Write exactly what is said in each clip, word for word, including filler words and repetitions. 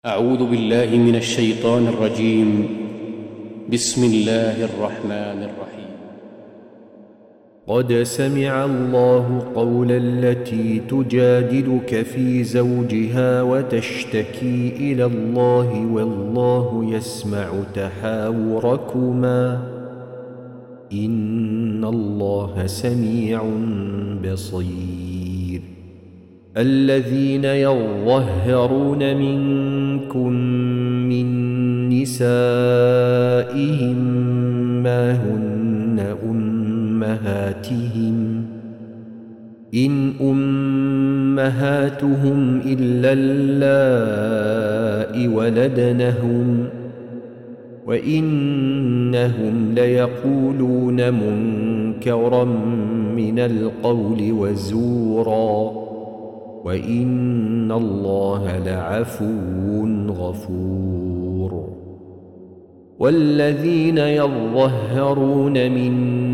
أعوذ بالله من الشيطان الرجيم. بسم الله الرحمن الرحيم. قد سمع الله قول التي تجادلك في زوجها وتشتكي إلى الله والله يسمع تحاوركما إن الله سميع بصير. الذين يظهرون منكم من نسائهم ما هن أمهاتهم إن أمهاتهم إلا اللائي ولدنهم وإنهم ليقولون منكرا من القول وزورا وإن الله لعفو غفور. والذين يظهرون من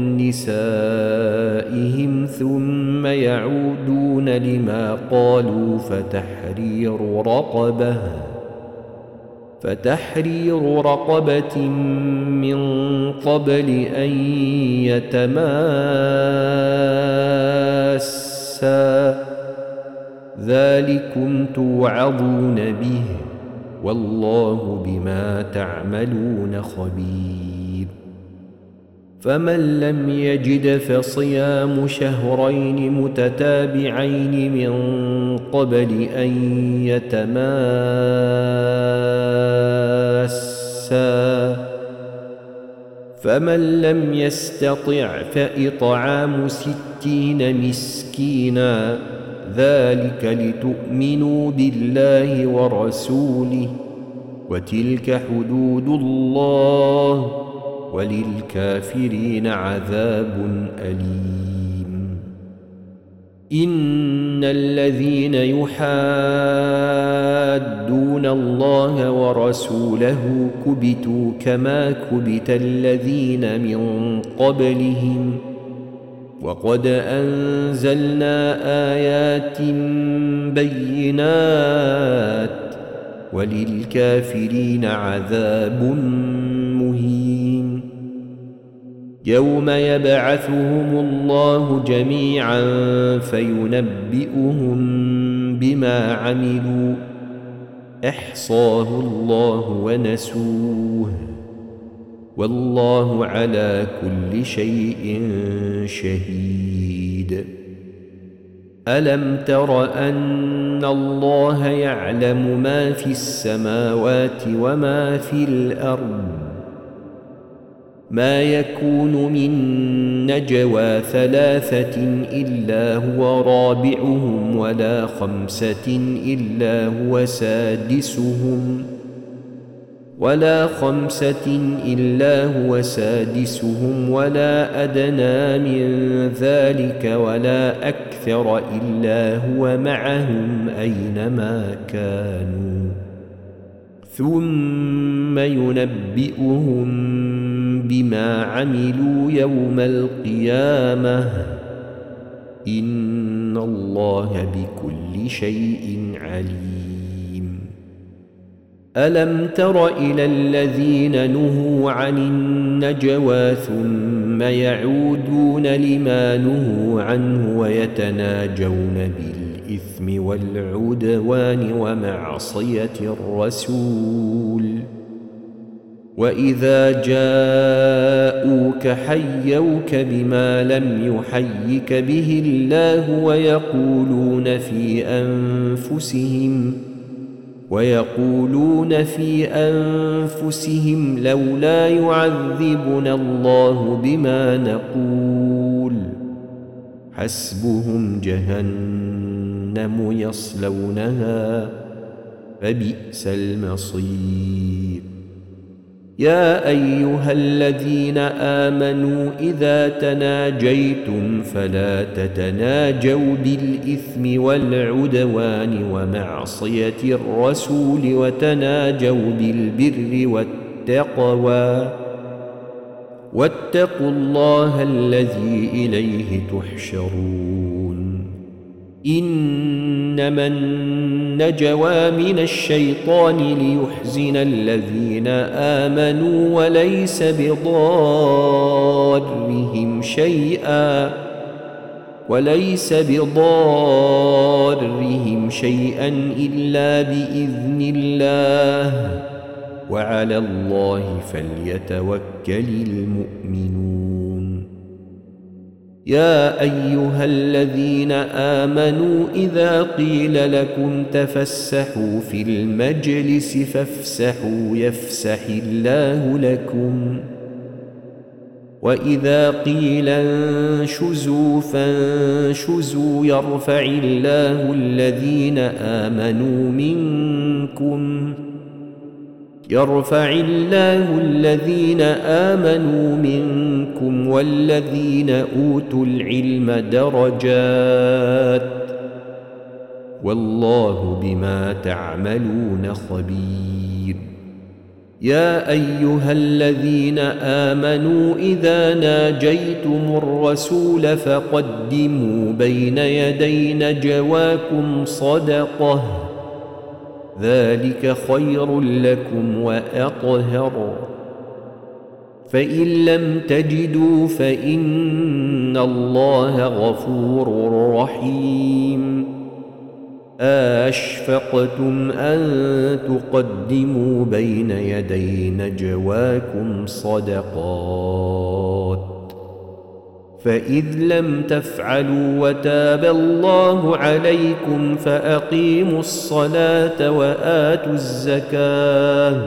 نسائهم ثم يعودون لما قالوا فتحرير رقبة فتحرير رقبة من قبل أن يتماسا ذلكم توعظون به والله بما تعملون خبير. فمن لم يجد فصيام شهرين متتابعين من قبل أن يتماسا فمن لم يستطع فإطعام ستين مسكينا ذلك لتؤمنوا بالله ورسوله وتلك حدود الله وللكافرين عذاب أليم. إن الذين يحادون الله ورسوله كبتوا كما كبت الذين من قبلهم وقد أنزلنا آيات بينات وللكافرين عذاب مهين. يوم يبعثهم الله جميعا فينبئهم بما عملوا أحصاه الله ونسوه والله على كل شيء شهيد. ألم تر أن الله يعلم ما في السماوات وما في الأرض ما يكون من نجوى ثلاثة إلا هو رابعهم ولا خمسة إلا هو سادسهم ولا خمسة إلا هو سادسهم ولا أدنى من ذلك ولا أكثر إلا هو معهم أينما كانوا ثم ينبئهم بما عملوا يوم القيامة إن الله بكل شيء عليم. ألم تر إلى الذين نهوا عن النجوى ثم يعودون لما نهوا عنه ويتناجون بالإثم والعدوان ومعصية الرسول وإذا جاءوك حيوك بما لم يحيك به الله ويقولون في أنفسهم ويقولون في أنفسهم لولا يعذبنا الله بما نقول حسبهم جهنم يصلونها فبئس المصير. يا أيها الذين آمنوا إذا تناجيتم فلا تتناجوا بالإثم والعدوان ومعصية الرسول وتناجوا بالبر والتقوى واتقوا الله الذي إليه تحشرون. إنما النجوى من الشيطان ليحزن الذين آمنوا وليس بضارهم شيئا وليس بضارهم شيئا إلا بإذن الله وعلى الله فليتوكل المؤمنون. يا أيها الذين آمنوا إذا قيل لكم تفسحوا في المجلس فافسحوا يفسح الله لكم وإذا قيل انشزوا فانشزوا يرفع الله الذين آمنوا منكم يرفع الله الذين آمنوا منكم والذين أوتوا العلم درجات والله بما تعملون خبير. يا أيها الذين آمنوا إذا ناجيتم الرسول فقدموا بين يدي نجواكم صدقة ذلك خير لكم وأطهر فإن لم تجدوا فإن الله غفور رحيم. أشفقتم أن تقدموا بين يدي نجواكم صدقات فإذ لم تفعلوا وتاب الله عليكم فأقيموا الصلاة وآتوا الزكاة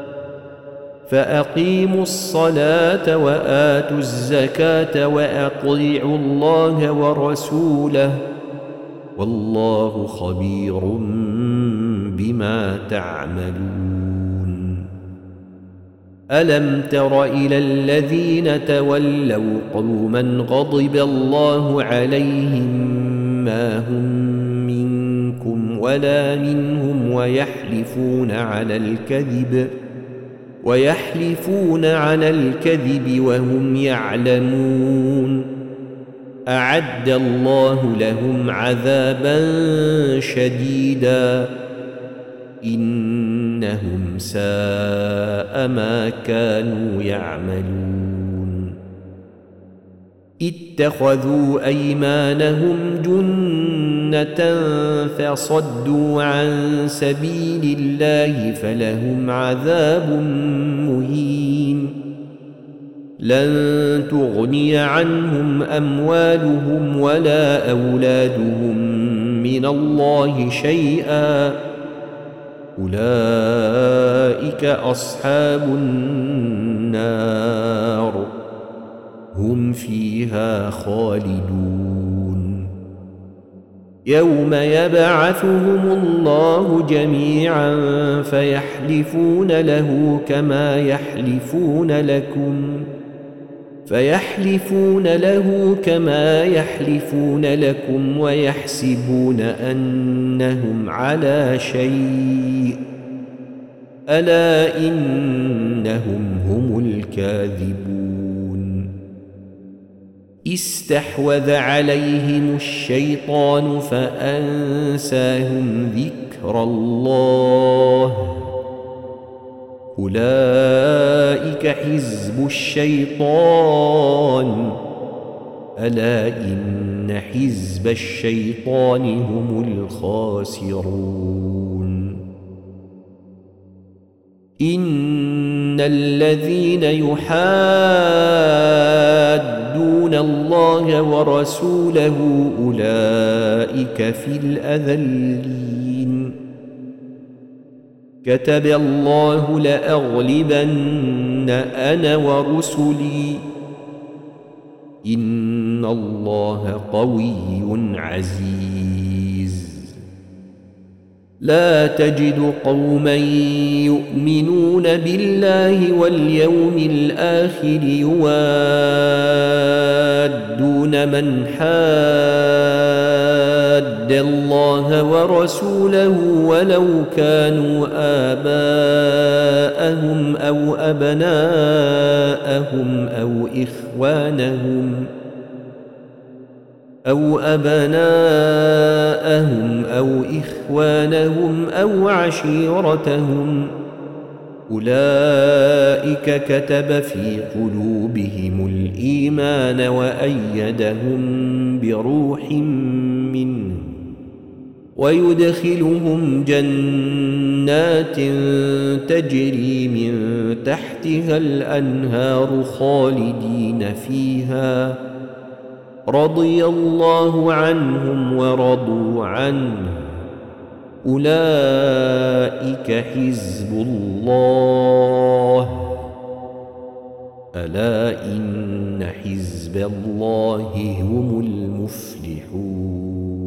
فأقيموا الصلاة وآتوا الزكاة وأطيعوا الله ورسوله والله خبير بما تعملون. ألم تر إلى الذين تولوا قوما غضب الله عليهم ما هم منكم ولا منهم ويحلفون على الكذب ويحلفون على الكذب وهم يعلمون أعد الله لهم عذابا شديدا إنهم ساء ما كانوا يعملون. اتخذوا أيمانهم جنة فصدوا عن سبيل الله فلهم عذاب مهين. لن تغني عنهم أموالهم ولا أولادهم من الله شيئا أولئك أصحاب النار هم فيها خالدون. يوم يبعثهم الله جميعا فيحلفون له كما يحلفون لكم فيحلفون له كما يحلفون لكم ويحسبون أنهم على شيء ألا إنهم هم الكاذبون. استحوذ عليهم الشيطان فأنساهم ذكر الله أولئك حزب الشيطان ألا إن حزب الشيطان هم الخاسرون. إن الذين يحادون الله ورسوله أولئك في الأذلين. كتب الله لأغلبن أنا ورسلي إن الله قوي عزيز. لا تجد قوما يؤمنون بالله واليوم الآخر يوادون من حاد الله ورسوله ولو كانوا آباءهم أو أبناءهم أو إخوانهم أو أبناءهم أو إخوانهم أو عشيرتهم أولئك كتب في قلوبهم الإيمان وأيدهم بروح منه ويدخلهم جنات تجري من تحتها الأنهار خالدين فيها رضي الله عنهم ورضوا عنه أولئك حزب الله ألا إن حزب الله هم المفلحون